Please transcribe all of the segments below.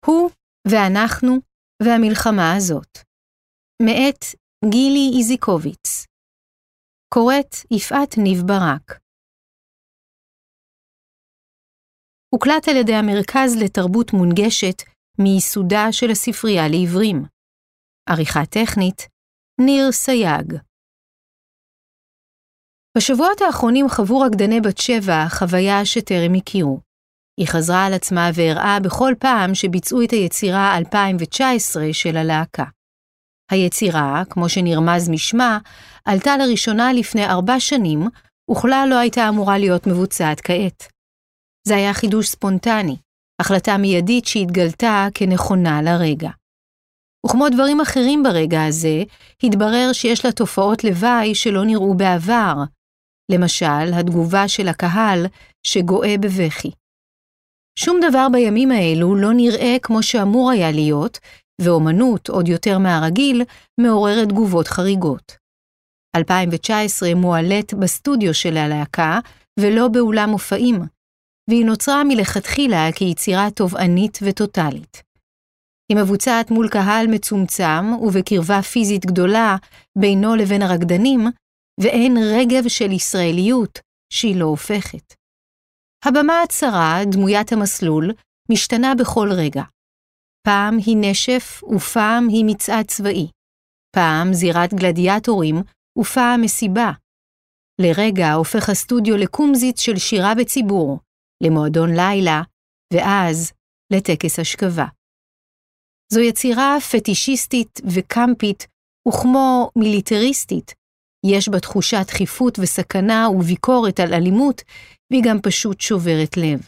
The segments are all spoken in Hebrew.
הוא ואנחנו והמלחמה הזאת. מאת גילי איזיקוביץ. קוראת יפעת ניב ברק. הוקלט על ידי המרכז לתרבות מונגשת מייסודה של הספרייה לעברים. עריכה טכנית, ניר סייג. בשבועות האחרונים חוו רקדני בת שבע חוויה שטרם הכירו. היא חזרה על עצמה והראה בכל פעם שביצעו את היצירה 2019 של הלהקה. היצירה, כמו שנרמז משמה, עלתה לראשונה לפני 4 שנים, וכלל לא הייתה אמורה להיות מבוצעת כעת. זה היה חידוש ספונטני, החלטה מיידית שהתגלתה כנכונה לרגע. וכמו דברים אחרים ברגע הזה, התברר שיש לה תופעות לוואי שלא נראו בעבר, למשל, התגובה של הקהל שגואה בבכי. שום דבר בימים האלו לא נראה כמו שאמור היה להיות, ואומנות, עוד יותר מהרגיל, מעוררת תגובות חריגות. 2019 מועלת בסטודיו של הלהקה, ולא באולם מופעים, והיא נוצרה מלכתחילה כיצירה תובענית וטוטלית. היא מבוצעת מול קהל מצומצם ובקרבה פיזית גדולה בינו לבין הרקדנים, ואין רגב של ישראליות שהיא לא הופכת. הבמה הצרה, דמוית המסלול, משתנה בכל רגע. פעם היא נשף ופעם היא מצעד צבאי. פעם זירת גלדיאטורים ופעם מסיבה. לרגע הופך הסטודיו לקומזיץ של שירה בציבור, למועדון לילה, ואז לטקס השכבה. זו יצירה פטישיסטית וקמפית, וכמו מיליטריסטית, יש בה תחושת דחיפות וסכנה וביקורת על אלימות, והיא גם פשוט שוברת לב.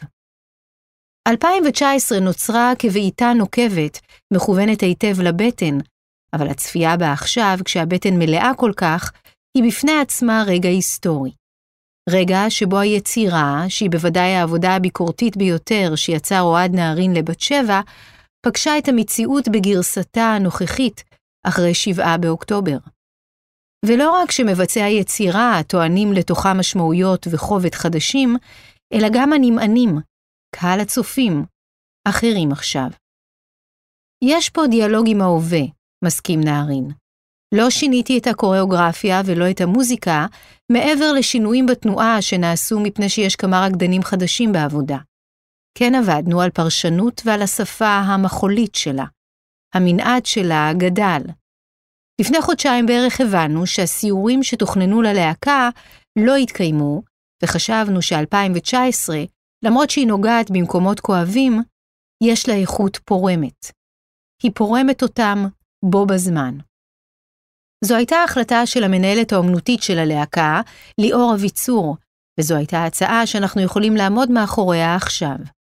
2019 נוצרה כבעיטה נוקבת, מכוונת היטב לבטן, אבל הצפייה בה עכשיו, כשהבטן מלאה כל כך, היא בפני עצמה רגע היסטורי. רגע שבו היצירה, שהיא בוודאי העבודה הביקורתית ביותר שיצר אוהד נהרין לבת שבע, פגשה את המציאות בגרסתה הנוכחית אחרי 7 באוקטובר. ולא רק שמבצעי היצירה טוענים לתוכה משמעויות וחובד חדשים, אלא גם הנמענים, קהל הצופים, אחרים עכשיו. יש פה דיאלוג עם ההווה, מסכים נהרין. לא שיניתי את הקוריאוגרפיה ולא את המוזיקה, מעבר לשינויים בתנועה שנעשו מפני שיש כמה רקדנים חדשים בעבודה. כן עבדנו על פרשנות ועל השפה המחולית שלה. המנעד שלה גדל. לפני חודשיים בערך הבנו שהסיורים שתוכננו ללהקה לא התקיימו, וחשבנו ש-2019, למרות שהיא נוגעת במקומות כואבים, יש לה איכות פורמת. היא פורמת אותם בו בזמן. זו הייתה החלטה של המנהלת האומנותית של הלהקה, ליאור אביצור, וזו הייתה הצעה שאנחנו יכולים לעמוד מאחוריה עכשיו.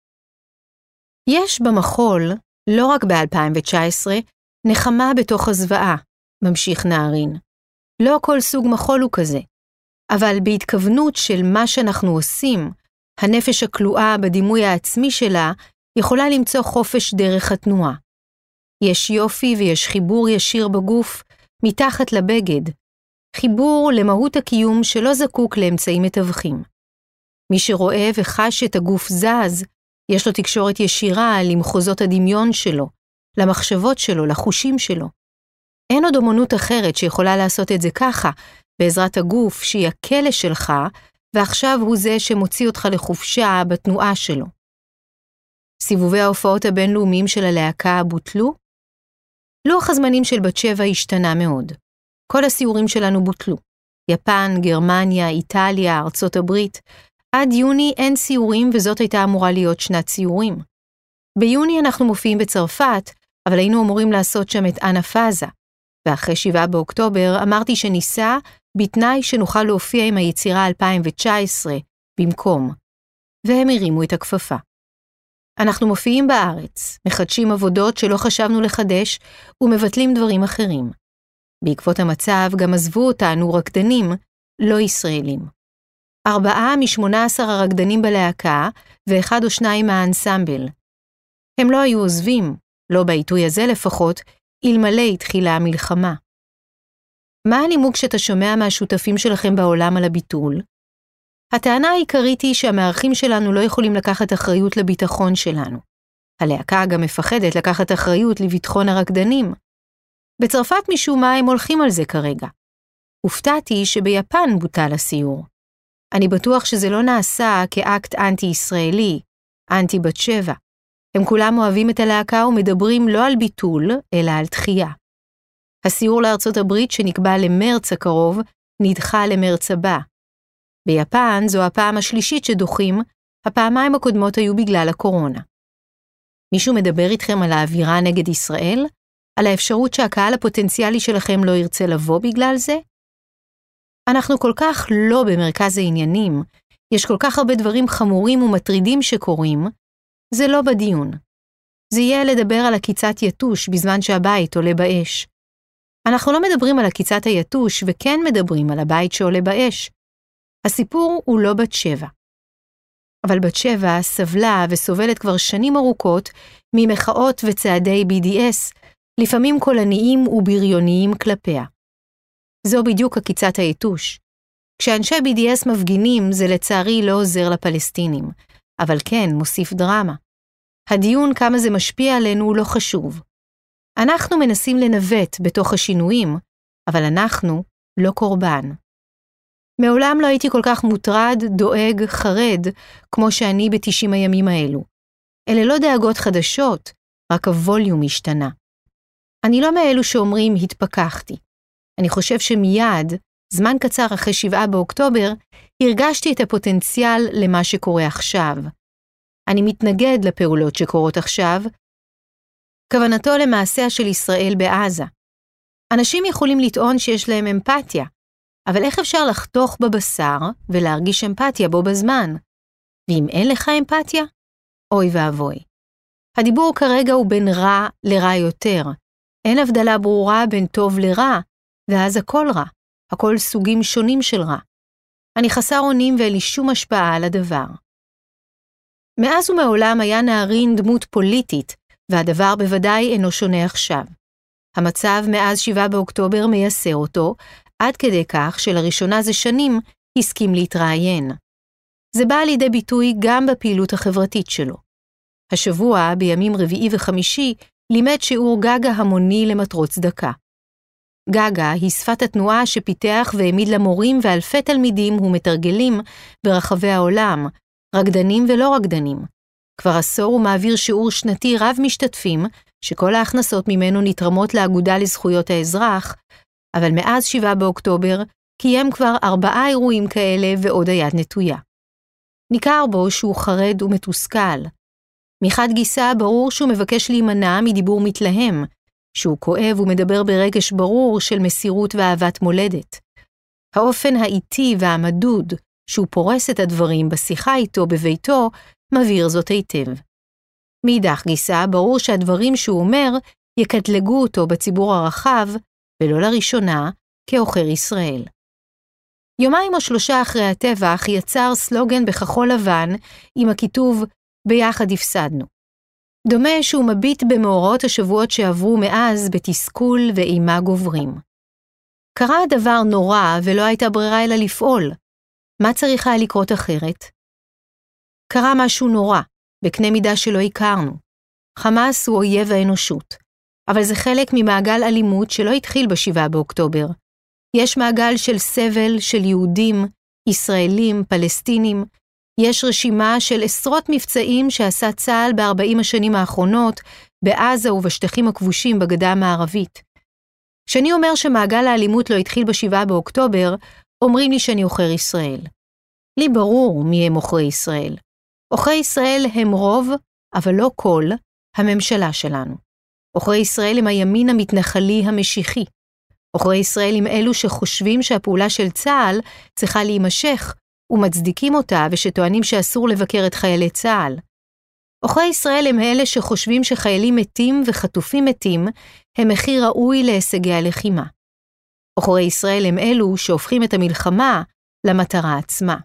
יש במחול, לא רק ב-2019, נחמה בתוך הזוועה, ממשיך נהרין. לא כל סוג מחול הוא כזה, אבל בהתכוונות של מה שאנחנו עושים, הנפש הכלואה בדימוי העצמי שלה יכולה למצוא חופש דרך התנועה. יש יופי ויש חיבור ישיר בגוף מתחת לבגד, חיבור למהות הקיום שלא זקוק לאמצעים מתווכים. מי שרואה וחש את הגוף זז, יש לו תקשורת ישירה למחוזות הדמיון שלו, למחשבות שלו, לחושים שלו. אין עוד אומנות אחרת שיכולה לעשות את זה ככה, בעזרת הגוף שהיא הכלא שלך, ועכשיו הוא זה שמוציא אותך לחופשה בתנועה שלו. סיבובי ההופעות הבינלאומיים של הלהקה בוטלו? לוח הזמנים של בת שבע השתנה מאוד. כל הסיורים שלנו בוטלו. יפן, גרמניה, איטליה, ארצות הברית. עד יוני אין סיורים וזאת הייתה אמורה להיות שנת סיורים. ביוני אנחנו מופיעים בצרפת, אבל היינו אמורים לעשות שם את אנה פאזה. ואחרי 7 באוקטובר אמרתי שניסה בתנאי שנוכל להופיע עם היצירה 2019 במקום. והם הרימו את הכפפה. אנחנו מופיעים בארץ, מחדשים עבודות שלא חשבנו לחדש ומבטלים דברים אחרים. בעקבות המצב גם עזבו אותנו רקדנים, לא ישראלים. 4 מ-18 הרקדנים בלהקה ו1 או 2 מהאנסמבל. הם לא היו עוזבים, לא בעיתוי הזה לפחות, אלמלא התחילה המלחמה. מה הנימוק שאתה שומע מהשותפים שלכם בעולם על הביטול? הטענה העיקרית היא שהמארחים שלנו לא יכולים לקחת אחריות לביטחון שלנו. הלהקה גם מפחדת לקחת אחריות לביטחון הרקדנים. בצרפת משום מה הם הולכים על זה כרגע. הופתעתי שביפן בוטל הסיור. אני בטוח שזה לא נעשה כאקט אנטי-ישראלי, אנטי-בת שבע. הם כולם אוהבים את הלהקה ומדברים לא על ביטול, אלא על דחייה. הסיור לארצות הברית שנקבע למרץ הקרוב, נדחה למרץ הבא. ביפן זו הפעם השלישית שדוחים, הפעמיים הקודמות היו בגלל הקורונה. מישהו מדבר איתכם על האווירה נגד ישראל? על האפשרות שהקהל הפוטנציאלי שלכם לא ירצה לבוא בגלל זה? אנחנו כל כך לא במרכז העניינים, יש כל כך הרבה דברים חמורים ומטרידים שקורים, זה לא בדיון. זה יהיה לדבר על עקיצת יתוש בזמן שהבית עולה באש. אנחנו לא מדברים על עקיצת היתוש וכן מדברים על הבית שעולה באש. הסיפור הוא לא בת שבע. אבל בת שבע סבלה וסובלת כבר שנים ארוכות ממחאות וצעדי BDS, לפעמים קולניים ובריוניים כלפיה. זו בדיוק עקיצת היתוש. כשאנשי BDS מפגינים זה לצערי לא עוזר לפלסטינים, אבל כן מוסיף דרמה. הדיון כמה זה משפיע עלינו לא חשוב. אנחנו מנסים לנווט בתוך השינויים, אבל אנחנו לא קורבן. מעולם לא הייתי כל כך מוטרד, דואג, חרד, כמו שאני ב90 הימים האלו. אלה לא דאגות חדשות, רק הווליום השתנה. אני לא מאלו שאומרים התפכחתי. אני חושב שמיד, זמן קצר אחרי 7 באוקטובר, הרגשתי את הפוטנציאל למה שקורה עכשיו. אני מתנגד לפעולות שקורות עכשיו, כוונתו למעשיה של ישראל בעזה. אנשים יכולים לטעון שיש להם אמפתיה, אבל איך אפשר לחתוך בבשר ולהרגיש אמפתיה בו בזמן? ואם אין לך אמפתיה? אוי ואבוי. הדיבור כרגע הוא בין רע לרע יותר. אין הבדלה ברורה בין טוב לרע, ואז הכל רע. הכל סוגים שונים של רע. אני חסר אונים ואין לי שום השפעה על הדבר. מאז ומעולם היה נערין דמות פוליטית, והדבר בוודאי אינו שונה עכשיו. המצב מאז 7 באוקטובר מייסר אותו, עד כדי כך שלראשונה זה שנים הסכים להתראיין. זה בא לידי ביטוי גם בפעילות החברתית שלו. השבוע, בימים רביעי וחמישי, לימד שיעור גגה המוני למטרות צדקה. גגה היא שפת התנועה שפיתח והעמיד למורים ואלפי תלמידים ומתרגלים ברחבי העולם, רקדנים ולא רקדנים. כבר עשור הוא מעביר שיעור שנתי רב משתתפים, שכל ההכנסות ממנו נתרמות לאגודה לזכויות האזרח, אבל מאז 7 באוקטובר קיים כבר 4 אירועים כאלה ועוד היד נטויה. ניכר בו שהוא חרד ומתוסכל. מחד גיסה ברור שהוא מבקש להימנע מדיבור מתלהם, שהוא כואב ומדבר ברגש ברור של מסירות ואהבת מולדת. האופן האיטי והמדוד שהוא פורס את הדברים בשיחה איתו בביתו, מבהיר זאת היטב. מאידך גיסה ברור שהדברים שהוא אומר יקטלגו אותו בציבור הרחב, ולא לראשונה, כעוכר ישראל. 2 או 3 אחרי הטבח יצר סלוגן בכחול לבן עם הכיתוב ביחד הפסדנו. דומה שהוא מביט במאורעות השבועות שעברו מאז בתסכול ואימה גוברים. קרה הדבר נורא ולא הייתה ברירה אלא לפעול. מה צריכה לקרות אחרת? קרה משהו נורא, בקנה מידה שלא הכרנו. חמאס הוא אויב האנושות, אבל זה חלק ממעגל אלימות שלא התחיל ב7 באוקטובר. יש מעגל של סבל של יהודים, ישראלים, פלסטינים, יש רשימה של עשרות מבצעים שעשה צה"ל ב40 השנים האחרונות, בעזה ובשטחים הכבושים בגדה המערבית. כשאני אומר שמעגל האלימות לא התחיל ב7 באוקטובר, אומרים לי שאני עוכר ישראל. לי ברור מי הם עוכרי ישראל. עוכרי ישראל הם רוב, אבל לא כל, הממשלה שלנו. עוכרי ישראל הם הימין המתנחלי המשיחי. עוכרי ישראל הם אלו שחושבים שהפעולה של צה"ל צריכה להימשך, ומצדיקים אותה ושטוענים שאסור לבקר את חיילי צה"ל. עוכרי ישראל הם אלה שחושבים שחיילים מתים וחטופים מתים הם מחיר ראוי להישגי הלחימה. עוכרי ישראל הם אלו שהופכים את המלחמה למטרה עצמה.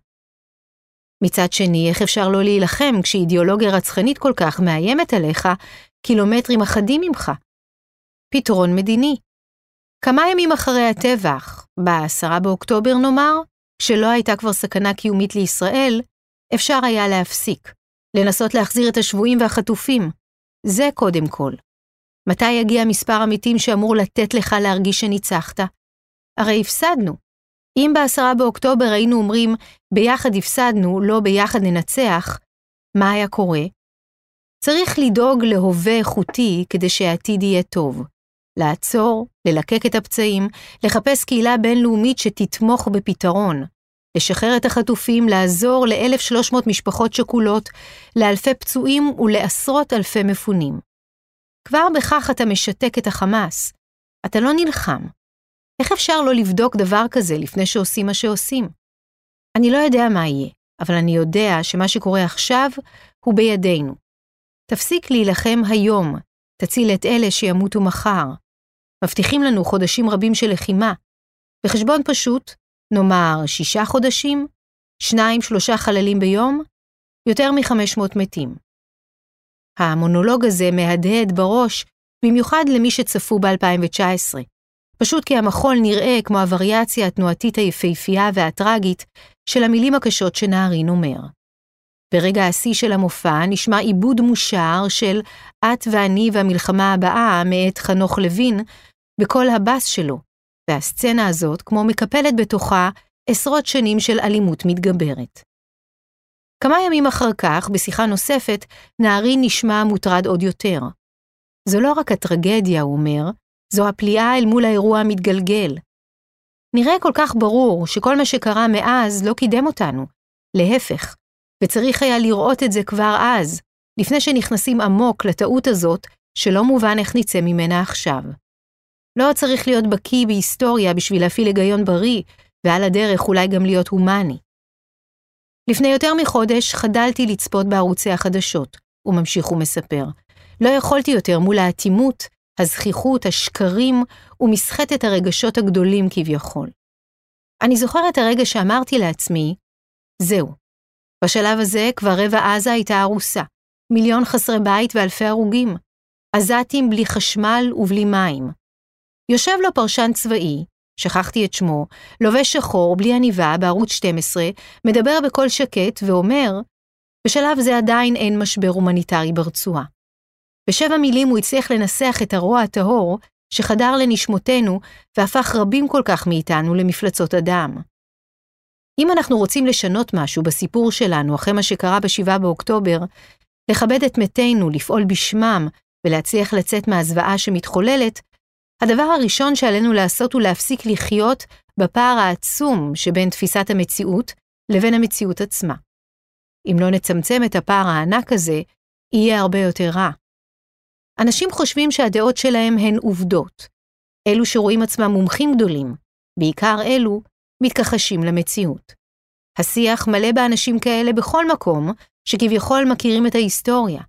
מצד שני, איך אפשר לא להילחם כשאידיאולוגיה רצחנית כל כך מאיימת עליך קילומטרים אחדים ממך? פתרון מדיני. כמה ימים אחרי הטבח, ב10 באוקטובר נאמר, כשלא הייתה כבר סכנה קיומית לישראל, אפשר היה להפסיק, לנסות להחזיר את השבויים והחטופים. זה קודם כל. מתי יגיע מספר המתים שאמור לתת לך להרגיש שניצחת? הרי הפסדנו. אם ב10 באוקטובר היינו אומרים, ביחד הפסדנו, לא ביחד ננצח, מה היה קורה? צריך לדאוג להווה איכותי כדי שהעתיד יהיה טוב. לעצור, ללקק את הפצעים, לחפש קהילה בינלאומית שתתמוך בפתרון, לשחרר את החטופים, לעזור ל1,300 משפחות שכולות, לאלפי פצועים ולעשרות אלפי מפונים. כבר בכך אתה משתק את החמאס. אתה לא נלחם. איך אפשר לא לבדוק דבר כזה לפני שעושים מה שעושים? אני לא יודע מה יהיה, אבל אני יודע שמה שקורה עכשיו הוא בידינו. תפסיק להילחם היום, תציל את אלה שימותו מחר. מבטיחים לנו חודשים רבים של לחימה. בחשבון פשוט, נאמר 6 חודשים, 2-3 חללים ביום, יותר מ500 מתים. המונולוג הזה מהדהד בראש, במיוחד למי שצפו ב-2019. פשוט כי המחול נראה כמו הווריאציה התנועתית היפהפייה והטרגית של המילים הקשות שנהרין אומר. ברגע השיא של המופע נשמע עיבוד מושר של את ואני והמלחמה הבאה מאת חנוך לוין בכל הבאס שלו, והסצנה הזאת כמו מקפלת בתוכה עשרות שנים של אלימות מתגברת. כמה ימים אחר כך, בשיחה נוספת, נהרין נשמע מוטרד עוד יותר. זו לא רק הטרגדיה, הוא אומר, זו הפליאה אל מול האירוע המתגלגל. נראה כל כך ברור שכל מה שקרה מאז לא קידם אותנו. להפך, וצריך היה לראות את זה כבר אז, לפני שנכנסים עמוק לטעות הזאת, שלא מובן איך נצא ממנה עכשיו. לא צריך להיות בקיא בהיסטוריה בשביל להפעיל היגיון בריא, ועל הדרך אולי גם להיות הומני. לפני יותר מחודש חדלתי לצפות בערוצי החדשות, הוא ממשיך ומספר. לא יכולתי יותר מול האטימות, הזכיחות, השקרים ומסחטת הרגשות הגדולים כביכול. אני זוכרת הרגע שאמרתי לעצמי, זהו. בשלב הזה כבר רבע עזה הייתה הרוסה, 1,000,000 חסרי בית ואלפי הרוגים, עזתים בלי חשמל ובלי מים. יושב לו פרשן צבאי, שכחתי את שמו, לובש שחור בלי עניבה בערוץ 12, מדבר בקול שקט ואומר, בשלב זה עדיין אין משבר הומניטרי ברצועה. ב7 מילים הוא הצליח לנסח את הרוע הטהור שחדר לנשמותינו והפך רבים כל כך מאיתנו למפלצות אדם. אם אנחנו רוצים לשנות משהו בסיפור שלנו אחרי מה שקרה ב7 באוקטובר, לכבד את מתינו, לפעול בשמם ולהצליח לצאת מהזוועה שמתחוללת, הדבר הראשון שעלינו לעשות הוא להפסיק לחיות בפער העצום שבין תפיסת המציאות לבין המציאות עצמה. אם לא נצמצם את הפער הענק הזה, יהיה הרבה יותר רע. אנשים חושבים שהדעות שלהם הן עובדות. אלו שרואים עצמם מומחים גדולים, בעיקר אלו, מתכחשים למציאות. השיח מלא באנשים כאלה בכל מקום שכביכול מכירים את ההיסטוריה.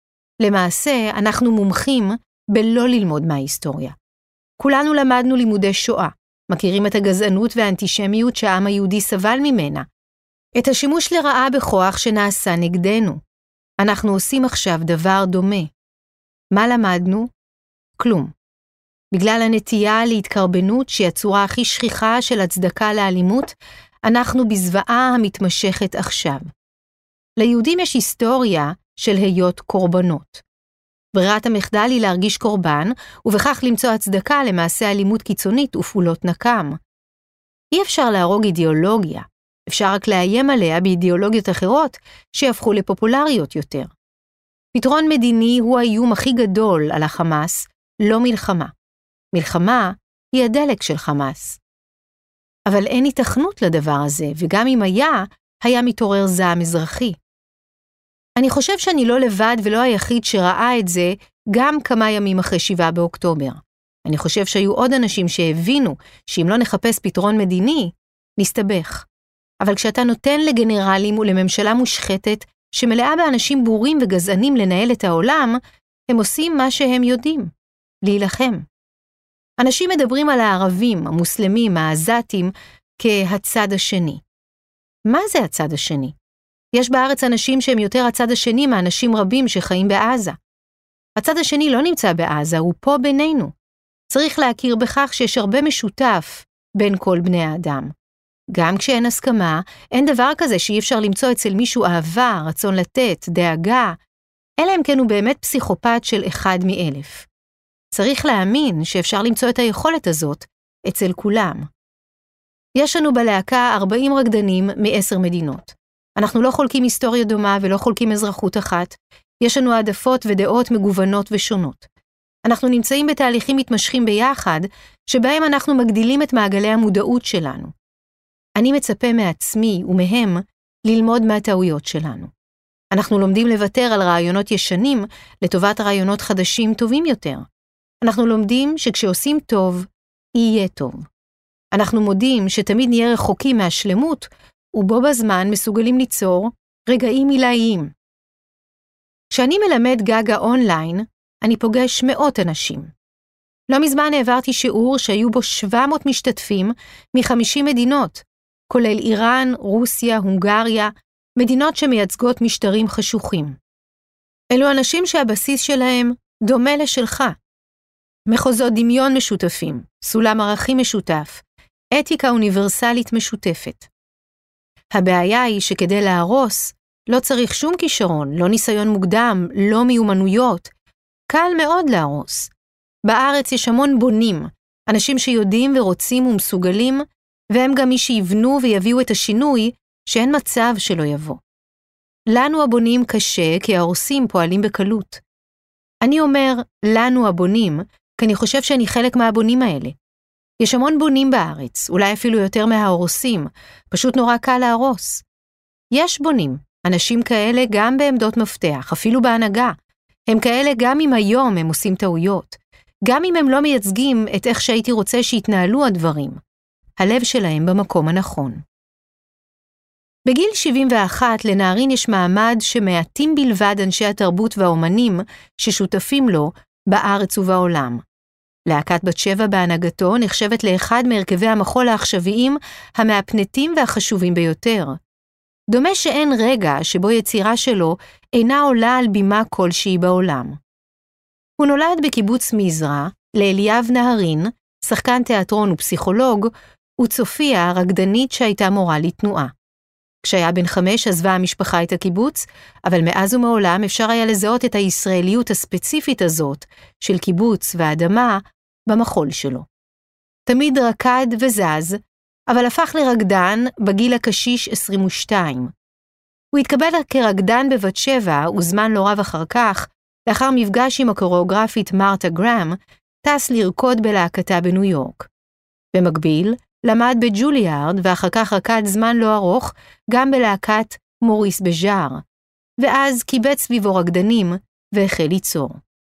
למעשה, אנחנו מומחים בלא ללמוד מההיסטוריה. כולנו למדנו לימודי שואה, מכירים את הגזענות והאנטישמיות שהעם היהודי סבל ממנה, את השימוש לרעה בכוח שנעשה נגדנו. אנחנו עושים עכשיו דבר דומה. מה למדנו? כלום. בגלל הנטייה להתקרבנות שהיא הצורה הכי שכיחה של הצדקה לאלימות, אנחנו בזוועה המתמשכת עכשיו. ליהודים יש היסטוריה של היות קורבנות. ברירת המחדל היא להרגיש קורבן, ובכך למצוא הצדקה למעשה אלימות קיצונית ופעולות נקם. אי אפשר להרוג אידיאולוגיה, אפשר רק לאיים עליה באידיאולוגיות אחרות שיהפכו לפופולריות יותר. פתרון מדיני הוא האיום הכי גדול על החמאס, לא מלחמה. מלחמה היא הדלק של חמאס. אבל אין התכנות לדבר הזה, וגם אם היה מתעורר זעם אזרחי. אני חושב שאני לא לבד ולא היחיד שראה את זה גם כמה ימים אחרי 7 באוקטובר. אני חושב שהיו עוד אנשים שהבינו שאם לא נחפש פתרון מדיני, נסתבך. אבל כשאתה נותן לגנרלים ולממשלה מושחתת שמלאה באנשים בורים וגזענים לנהל את העולם, הם עושים מה שהם יודעים, להילחם. אנשים מדברים על הערבים, המוסלמים, העזתים, כהצד השני. מה זה הצד השני? יש בארץ אנשים שהם יותר הצד השני מאנשים רבים שחיים בעזה. הצד השני לא נמצא בעזה, הוא פה בינינו. צריך להכיר בכך שיש הרבה משותף בין כל בני האדם. גם כשאין הסכמה, אין דבר כזה שאי אפשר למצוא אצל מישהו אהבה, רצון לתת, דאגה. אלא אם כן הוא באמת פסיכופת של 1 מ-1000. צריך להאמין שאפשר למצוא את היכולת הזאת אצל כולם. יש לנו בלהקה 40 רקדנים מ10 מדינות. אנחנו לא חולקים היסטוריה דומה ולא חולקים אזרחות אחת. יש לנו העדפות ודעות מגוונות ושונות. אנחנו נמצאים בתהליכים מתמשכים ביחד, שבהם אנחנו מגדילים את מעגלי המודעות שלנו. אני מצפה מעצמי ומהם ללמוד מהטעויות שלנו. אנחנו לומדים לוותר על רעיונות ישנים לטובת רעיונות חדשים טובים יותר. אנחנו לומדים שכשעושים טוב, יהיה טוב. אנחנו מודים שתמיד נהיה רחוקים מהשלמות, ובו בזמן מסוגלים ליצור רגעים עילאיים. כשאני מלמד גגה אונליין, אני פוגש מאות אנשים. לא מזמן העברתי שיעור שהיו בו 700 משתתפים מ50 מדינות, כולל איראן, רוסיה, הונגריה, מדינות שמייצגות משטרים חשוכים. אלו אנשים שהבסיס שלהם דומה לשלך. מחוזות דמיון משותפים, סולם ערכים משותף, אתיקה אוניברסלית משותפת. הבעיה היא שכדי להרוס, לא צריך שום כישרון, לא ניסיון מוקדם, לא מיומנויות. קל מאוד להרוס. בארץ יש המון בונים, אנשים שיודעים ורוצים ומסוגלים, והם גם מי שיבנו ויביאו את השינוי שאין מצב שלא יבוא. לנו הבונים קשה כי ההורסים פועלים בקלות. אני אומר לנו הבונים, כי אני חושב שאני חלק מהבונים האלה. יש המון בונים בארץ, אולי אפילו יותר מההורסים, פשוט נורא קל להרוס. יש בונים, אנשים כאלה גם בעמדות מפתח, אפילו בהנהגה. הם כאלה גם אם היום הם עושים טעויות, גם אם הם לא מייצגים את איך שהייתי רוצה שיתנהלו הדברים. הלב שלהם במקום הנכון. בגיל 71 לנערין יש מעמד שמעטים בלבד אנשי התרבות והאומנים ששותפים לו בארץ ובעולם. להקת בת שבע בהנהגתו נחשבת לאחד מהרכבי המחול העכשוויים המהפנטים והחשובים ביותר. דומה שאין רגע שבו יצירה שלו אינה עולה על בימה כלשהי בעולם. הוא נולד בקיבוץ מזרע, לאליאב נהרין, שחקן תיאטרון ופסיכולוג, וצופיה רקדנית שהייתה מורה לתנועה. כשהיה בן 5 עזבה המשפחה את הקיבוץ, אבל מאז ומעולם אפשר היה לזהות את הישראליות הספציפית הזאת של קיבוץ ואדמה במחול שלו. תמיד רקד וזז, אבל הפך לרקדן בגיל הקשיש 22. הוא התקבל כרקדן בבת שבע, וזמן לא רב אחר כך, לאחר מפגש עם הקוריאוגרפית מרתה גרם, טס לרקוד בלהקתה בניו יורק. במקביל, למד בג'וליארד ואחר כך רקד זמן לא ארוך גם בלהקת מוריס בז'אר, ואז קיבץ סביבו רקדנים והחל ליצור.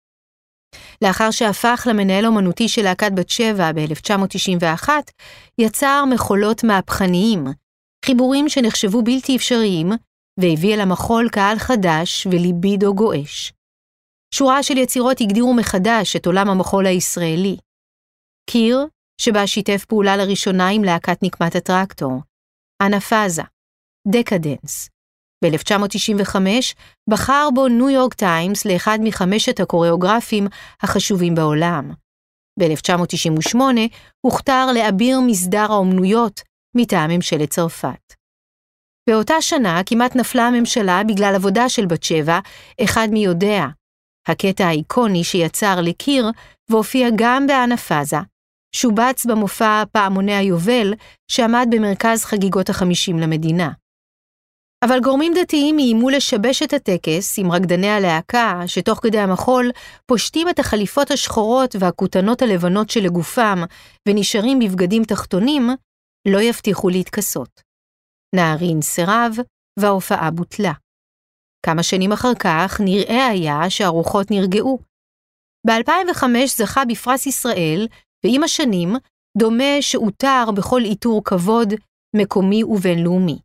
לאחר שהפך למנהל אומנותי של להקת בת שבע ב-1991, יצר מחולות מהפכניים, חיבורים שנחשבו בלתי אפשריים, והביא אל המחול קהל חדש וליבידו גועש. שורה של יצירות הגדירו מחדש את עולם המחול הישראלי. קיר, שבה שיתף פעולה לראשונה עם להקת נקמת הטרקטור, אנפאזה, דקדנס. ב-1995 בחר בו ניו יורק טיימס לאחד מחמשת הקוריאוגרפים החשובים בעולם. ב-1998 הוכתר לאביר מסדר האומנויות מטעם ממשלת צרפת. באותה שנה כמעט נפלה הממשלה בגלל עבודה של בת שבע, אחד מי יודע, הקטע האיקוני שיצר לקיר והופיע גם באנפאזה, שובץ במופע פעמוני היובל שעמד במרכז חגיגות ה-50 למדינה. אבל גורמים דתיים איימו לשבש את הטקס עם רקדני הלהקה שתוך כדי המחול פושטים את החליפות השחורות והכותנות הלבנות שלגופם ונשארים בבגדים תחתונים, לא יבטיחו להתכסות. נערין סירב וההופעה בוטלה. כמה שנים אחר כך נראה היה שהרוחות נרגעו. ב-2005 זכה בפרס ישראל, ועם השנים דומה שאותר בכל איתור כבוד מקומי ובינלאומי.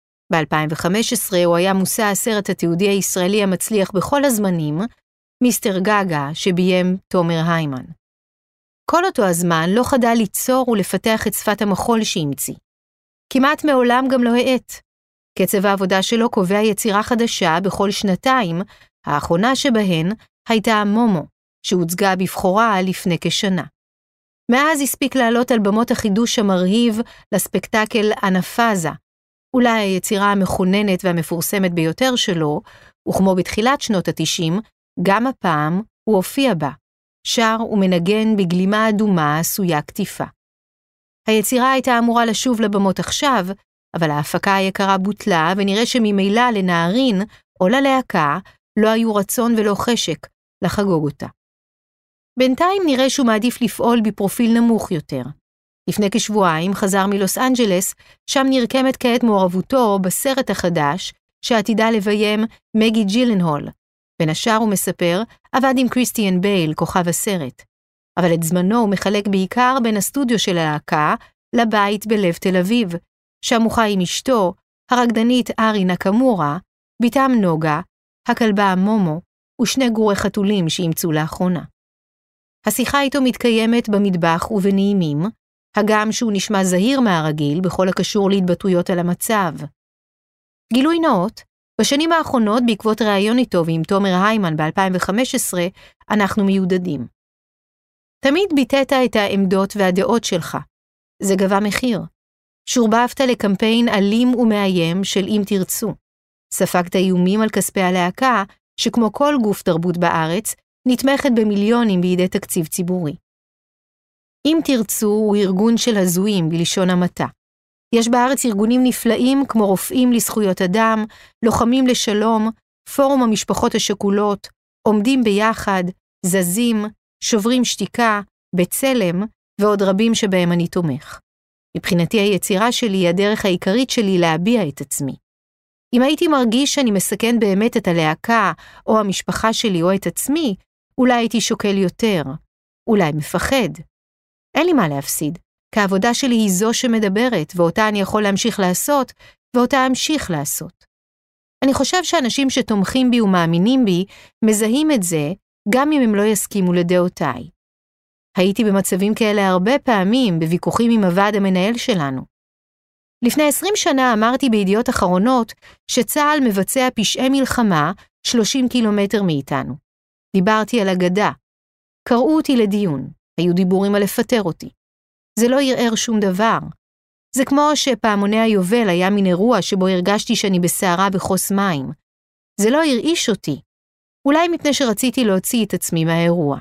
ב-2015 הוא היה מושא הסרט התיעודי הישראלי המצליח בכל הזמנים, מיסטר גגה שביים תומר היימן. כל אותו הזמן לא חדל ליצור ולפתח את שפת המחול שהמציא. כמעט מעולם גם לא העט. קצב העבודה שלו קובע יצירה חדשה בכל שנתיים, האחרונה שבהן הייתה מומו, שהוצגה בבחורה לפני כשנה. מאז הספיק לעלות על במות החידוש המרהיב לספקטקל אנפאזה, אולי היצירה המכוננת והמפורסמת ביותר שלו, וכמו בתחילת שנות ה-90, גם הפעם הוא הופיע בה, שר ומנגן בגלימה אדומה עשויה כתיפה. היצירה הייתה אמורה לשוב לבמות עכשיו, אבל ההפקה היקרה בוטלה, ונראה שממילא לנערין או ללהקה לא היו רצון ולא חשק לחגוג אותה. בינתיים נראה שהוא מעדיף לפעול בפרופיל נמוך יותר. לפני כשבועיים חזר מלוס אנג'לס, שם נרקמת כעת מעורבותו בסרט החדש, שעתידה לביים מגי ג'ילנהול. בין השאר הוא מספר, עבד עם קריסטיאן בייל, כוכב הסרט. אבל את זמנו הוא מחלק בעיקר בין הסטודיו של הלהקה לבית בלב תל אביב, שם הוא חי עם אשתו, הרקדנית ארי נקמורה, ביתם נוגה, הכלבה מומו, ושני גורי חתולים שאימצו לאחרונה. השיחה איתו מתקיימת במטבח ובנעימים, הגם שהוא נשמע זהיר מהרגיל בכל הקשור להתבטאויות על המצב. גילוי נאות, בשנים האחרונות בעקבות ראיון איתו ועם תומר היימן ב-2015, אנחנו מיודדים. תמיד ביטאת את העמדות והדעות שלך. זה גבה מחיר. שורבבת לקמפיין אלים ומאיים של אם תרצו. ספגת איומים על כספי הלהקה, שכמו כל גוף תרבות בארץ, נתמכת במיליונים בידי תקציב ציבורי. אם תרצו הוא ארגון של הזויים בלשון המעטה. יש בארץ ארגונים נפלאים כמו רופאים לזכויות אדם, לוחמים לשלום, פורום המשפחות השכולות, עומדים ביחד, זזים, שוברים שתיקה, בצלם ועוד רבים שבהם אני תומך. מבחינתי היצירה שלי היא הדרך העיקרית שלי להביע את עצמי. אם הייתי מרגיש שאני מסכן באמת את הלהקה או המשפחה שלי או את עצמי, אולי הייתי שוקל יותר, אולי מפחד. אין לי מה להפסיד, כי העבודה שלי היא זו שמדברת, ואותה אני יכול להמשיך לעשות, ואותה אמשיך לעשות. אני חושב שאנשים שתומכים בי ומאמינים בי, מזהים את זה, גם אם הם לא יסכימו לדעותיי. הייתי במצבים כאלה הרבה פעמים, בוויכוחים עם הוועד המנהל שלנו. לפני 20 שנה אמרתי בידיעות אחרונות, שצה"ל מבצע פשעי מלחמה 30 קילומטר מאיתנו. דיברתי על אגדה. קראו אותי לדיון. היו דיבורים על לפטר אותי. זה לא ירער שום דבר. זה כמו שפעמוני היובל היה מין אירוע שבו הרגשתי שאני בסערה בחוס מים. זה לא הרעיש אותי. אולי מפני שרציתי להוציא את עצמי מהאירוע.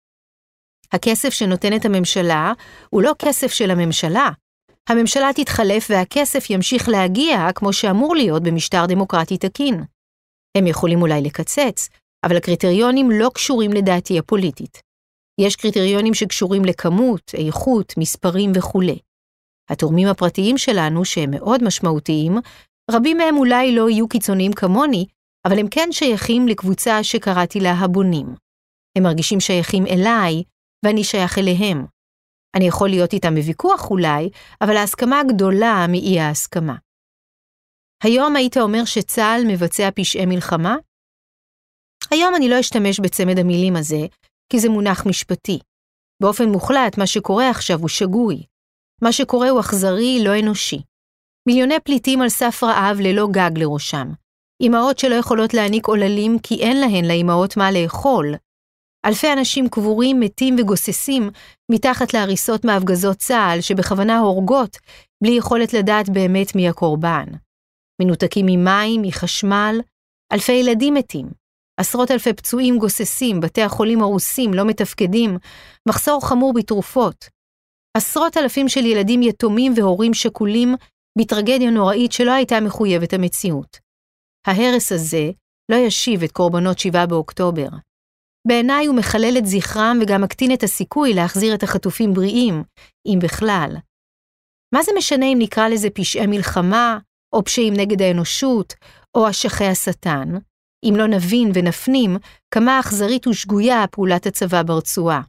הכסף שנותנת הממשלה הוא לא כסף של הממשלה. הממשלה תתחלף והכסף ימשיך להגיע כמו שאמור להיות במשטר דמוקרטי תקין. הם יכולים אולי לקצץ, אבל הקריטריונים לא קשורים לדעתי הפוליטית. יש קריטריונים שקשורים לכמות, איכות, מספרים וכו'. התורמים הפרטיים שלנו, שהם מאוד משמעותיים, רבים מהם אולי לא יהיו קיצוניים כמוני, אבל הם כן שייכים לקבוצה שקראתי לה הבונים. הם מרגישים שייכים אליי, ואני שייך אליהם. אני יכול להיות איתם בוויכוח אולי, אבל ההסכמה הגדולה מאי ההסכמה. היום היית אומר שצה"ל מבצע פשעי מלחמה? היום אני לא אשתמש בצמד המילים הזה, כי זה מונח משפטי. באופן מוחלט, מה שקורה עכשיו הוא שגוי. מה שקורה הוא אכזרי, לא אנושי. מיליוני פליטים על סף רעב ללא גג לראשם. אמהות שלא יכולות להעניק עוללים כי אין להן לאמהות מה לאכול. אלפי אנשים קבורים, מתים וגוססים מתחת להריסות מהפגזות צה"ל שבכוונה הורגות בלי יכולת לדעת באמת מי הקורבן. מנותקים ממים, מחשמל, אלפי ילדים מתים. עשרות אלפי פצועים גוססים, בתי החולים הרוסים לא מתפקדים, מחסור חמור בתרופות. עשרות אלפים של ילדים יתומים והורים שכולים בטרגדיה נוראית שלא הייתה מחויבת המציאות. ההרס הזה לא ישיב את קורבנות 7 באוקטובר. בעיניי הוא מחלל את זכרם וגם מקטין את הסיכוי להחזיר את החטופים בריאים, אם בכלל. מה זה משנה אם נקרא לזה פשעי מלחמה, או פשעים נגד האנושות, או אשכי השטן, אם לא נבין ונפנים כמה אכזרית ושגויה פעולת הצבא ברצועה.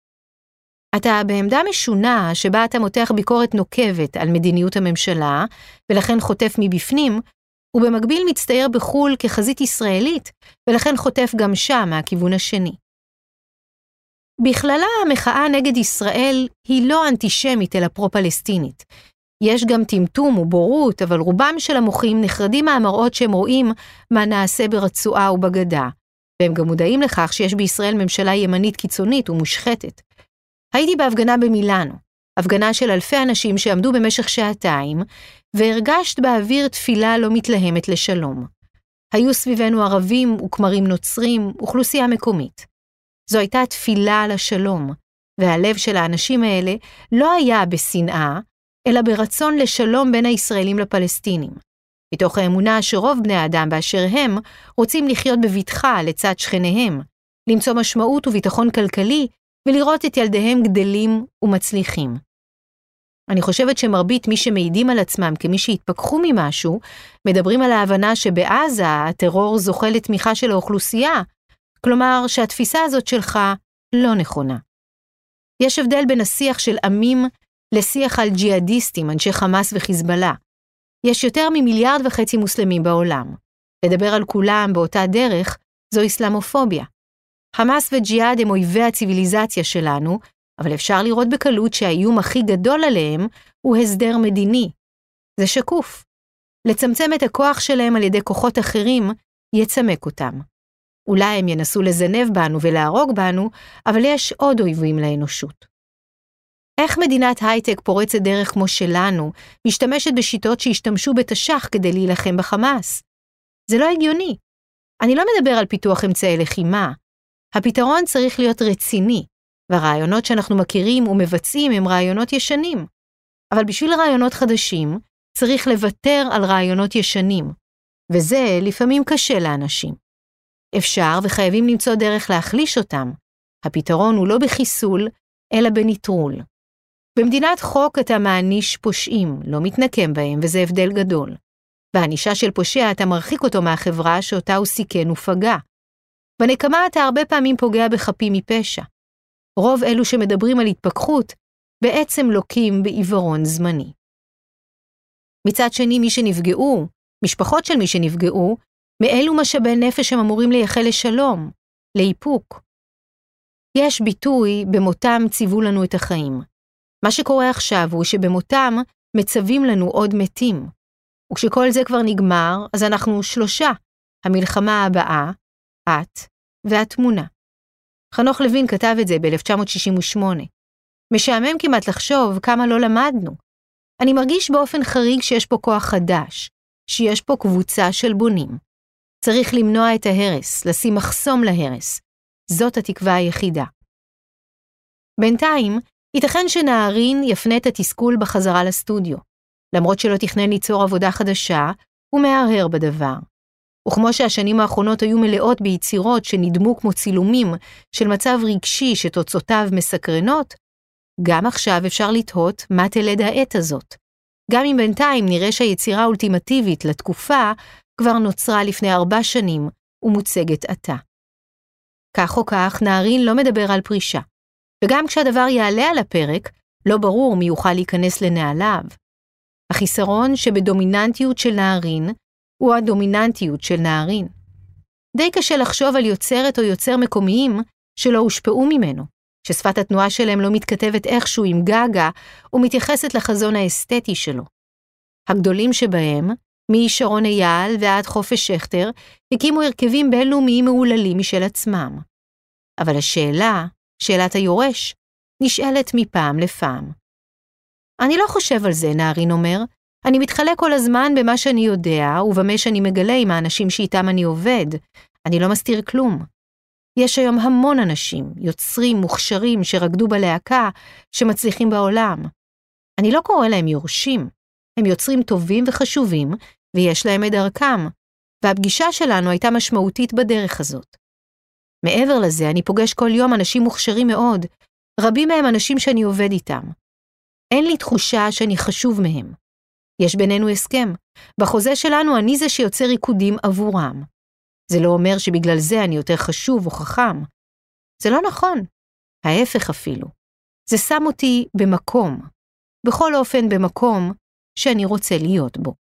אתה בעמדה משונה שבה אתה מותח ביקורת נוקבת על מדיניות הממשלה, ולכן חוטף מבפנים, ובמקביל מצטייר בחול כחזית ישראלית, ולכן חוטף גם שם מהכיוון השני. בכללה המחאה נגד ישראל היא לא אנטישמית אלא פרו-פלסטינית. יש גם טמטום ובורות, אבל רובם של המוחים נחרדים מהמראות שהם רואים מה נעשה ברצועה ובגדה, והם גם מודעים לכך שיש בישראל ממשלה ימנית קיצונית ומושחתת. הייתי בהפגנה במילאנו, הפגנה של אלפי אנשים שעמדו במשך שעתיים, והרגשת באוויר תפילה לא מתלהמת לשלום. היו סביבנו ערבים וכמרים נוצרים, אוכלוסייה מקומית. זו הייתה תפילה על השלום, והלב של האנשים האלה לא היה בשנאה, אלא ברצון לשלום בין הישראלים לפלסטינים. מתוך האמונה שרוב בני האדם באשר הם רוצים לחיות בבטחה לצד שכניהם, למצוא משמעות וביטחון כלכלי ולראות את ילדיהם גדלים ומצליחים. אני חושבת שמרבית מי שמעידים על עצמם כמי שהתפכחו ממשהו, מדברים על ההבנה שבעזה הטרור זוכה לתמיכה של האוכלוסייה, כלומר שהתפיסה הזאת שלך לא נכונה. יש הבדל בין השיח של עמים לשיח על ג'יהאדיסטים, אנשי חמאס וחיזבאללה. יש יותר מ1.5 מיליארד מוסלמים בעולם. לדבר על כולם באותה דרך זו אסלאמופוביה. חמאס וג'יהאד הם אויבי הציביליזציה שלנו, אבל אפשר לראות בקלות שהאיום הכי גדול עליהם הוא הסדר מדיני. זה שקוף. לצמצם את הכוח שלהם על ידי כוחות אחרים יצמק אותם. אולי הם ינסו לזנב בנו ולהרוג בנו, אבל יש עוד אויבים לאנושות. איך מדינת הייטק פורצת דרך כמו שלנו, משתמשת בשיטות שהשתמשו בתש"ח כדי להילחם בחמאס? זה לא הגיוני. אני לא מדבר על פיתוח אמצעי לחימה. הפתרון צריך להיות רציני, והרעיונות שאנחנו מכירים ומבצעים הם רעיונות ישנים. אבל בשביל רעיונות חדשים, צריך לוותר על רעיונות ישנים, וזה לפעמים קשה לאנשים. אפשר וחייבים למצוא דרך להחליש אותם. הפתרון הוא לא בחיסול, אלא בניטרול. במדינת חוק אתה מעניש פושעים, לא מתנקם בהם, וזה הבדל גדול. בענישה של פושע אתה מרחיק אותו מהחברה שאותה הוא סיכן ופגע. בנקמה אתה הרבה פעמים פוגע בחפים מפשע. רוב אלו שמדברים על התפכחות בעצם לוקים בעיוורון זמני. מצד שני, מי שנפגעו, משפחות של מי שנפגעו, מאלו משאבי נפש הם אמורים לייחל לשלום, לאיפוק. יש ביטוי, במותם ציוו לנו את החיים. מה שקורה עכשיו הוא שבמותם מצווים לנו עוד מתים. וכשכל זה כבר נגמר, אז אנחנו 3. המלחמה הבאה, את והתמונה. חנוך לוין כתב את זה ב-1968. משעמם כמעט לחשוב כמה לא למדנו. אני מרגיש באופן חריג שיש פה כוח חדש, שיש פה קבוצה של בונים. צריך למנוע את ההרס, לשים מחסום להרס. זאת התקווה היחידה. בינתיים, ייתכן שנערין יפנה את התסכול בחזרה לסטודיו. למרות שלא תכנן ליצור עבודה חדשה, הוא מהרהר בדבר. וכמו שהשנים האחרונות היו מלאות ביצירות שנדמו כמו צילומים של מצב רגשי שתוצאותיו מסקרנות, גם עכשיו אפשר לתהות מה תלד העת הזאת. גם אם בינתיים נראה שהיצירה האולטימטיבית לתקופה כבר נוצרה לפני 4 שנים ומוצגת עתה. כך או כך, נערין לא מדבר על פרישה. וגם כשהדבר יעלה על הפרק, לא ברור מי יוכל להיכנס לנעליו. החיסרון שבדומיננטיות של נערין הוא הדומיננטיות של נערין. די קשה לחשוב על יוצרת או יוצר מקומיים שלא הושפעו ממנו, ששפת התנועה שלהם לא מתכתבת איכשהו עם גגה ומתייחסת לחזון האסתטי שלו. הגדולים שבהם, משרון אייל ועד חופש שכטר, הקימו הרכבים בינלאומיים מעוללים משל עצמם. אבל השאלה, שאלת היורש, נשאלת מפעם לפעם. אני לא חושב על זה, נערין אומר, אני מתחלק כל הזמן במה שאני יודע ובמה שאני מגלה עם האנשים שאיתם אני עובד. אני לא מסתיר כלום. יש היום המון אנשים, יוצרים, מוכשרים, שרקדו בלהקה, שמצליחים בעולם. אני לא קורא להם יורשים. הם יוצרים טובים וחשובים, ויש להם את דרכם. והפגישה שלנו הייתה משמעותית בדרך הזאת. מעבר לזה, אני פוגש כל יום אנשים מוכשרים מאוד, רבים מהם אנשים שאני עובד איתם. אין לי תחושה שאני חשוב מהם. יש בינינו הסכם. בחוזה שלנו אני זה שיוצר ריקודים עבורם. זה לא אומר שבגלל זה אני יותר חשוב או חכם. זה לא נכון. ההפך אפילו. זה שם אותי במקום. בכל אופן במקום שאני רוצה להיות בו.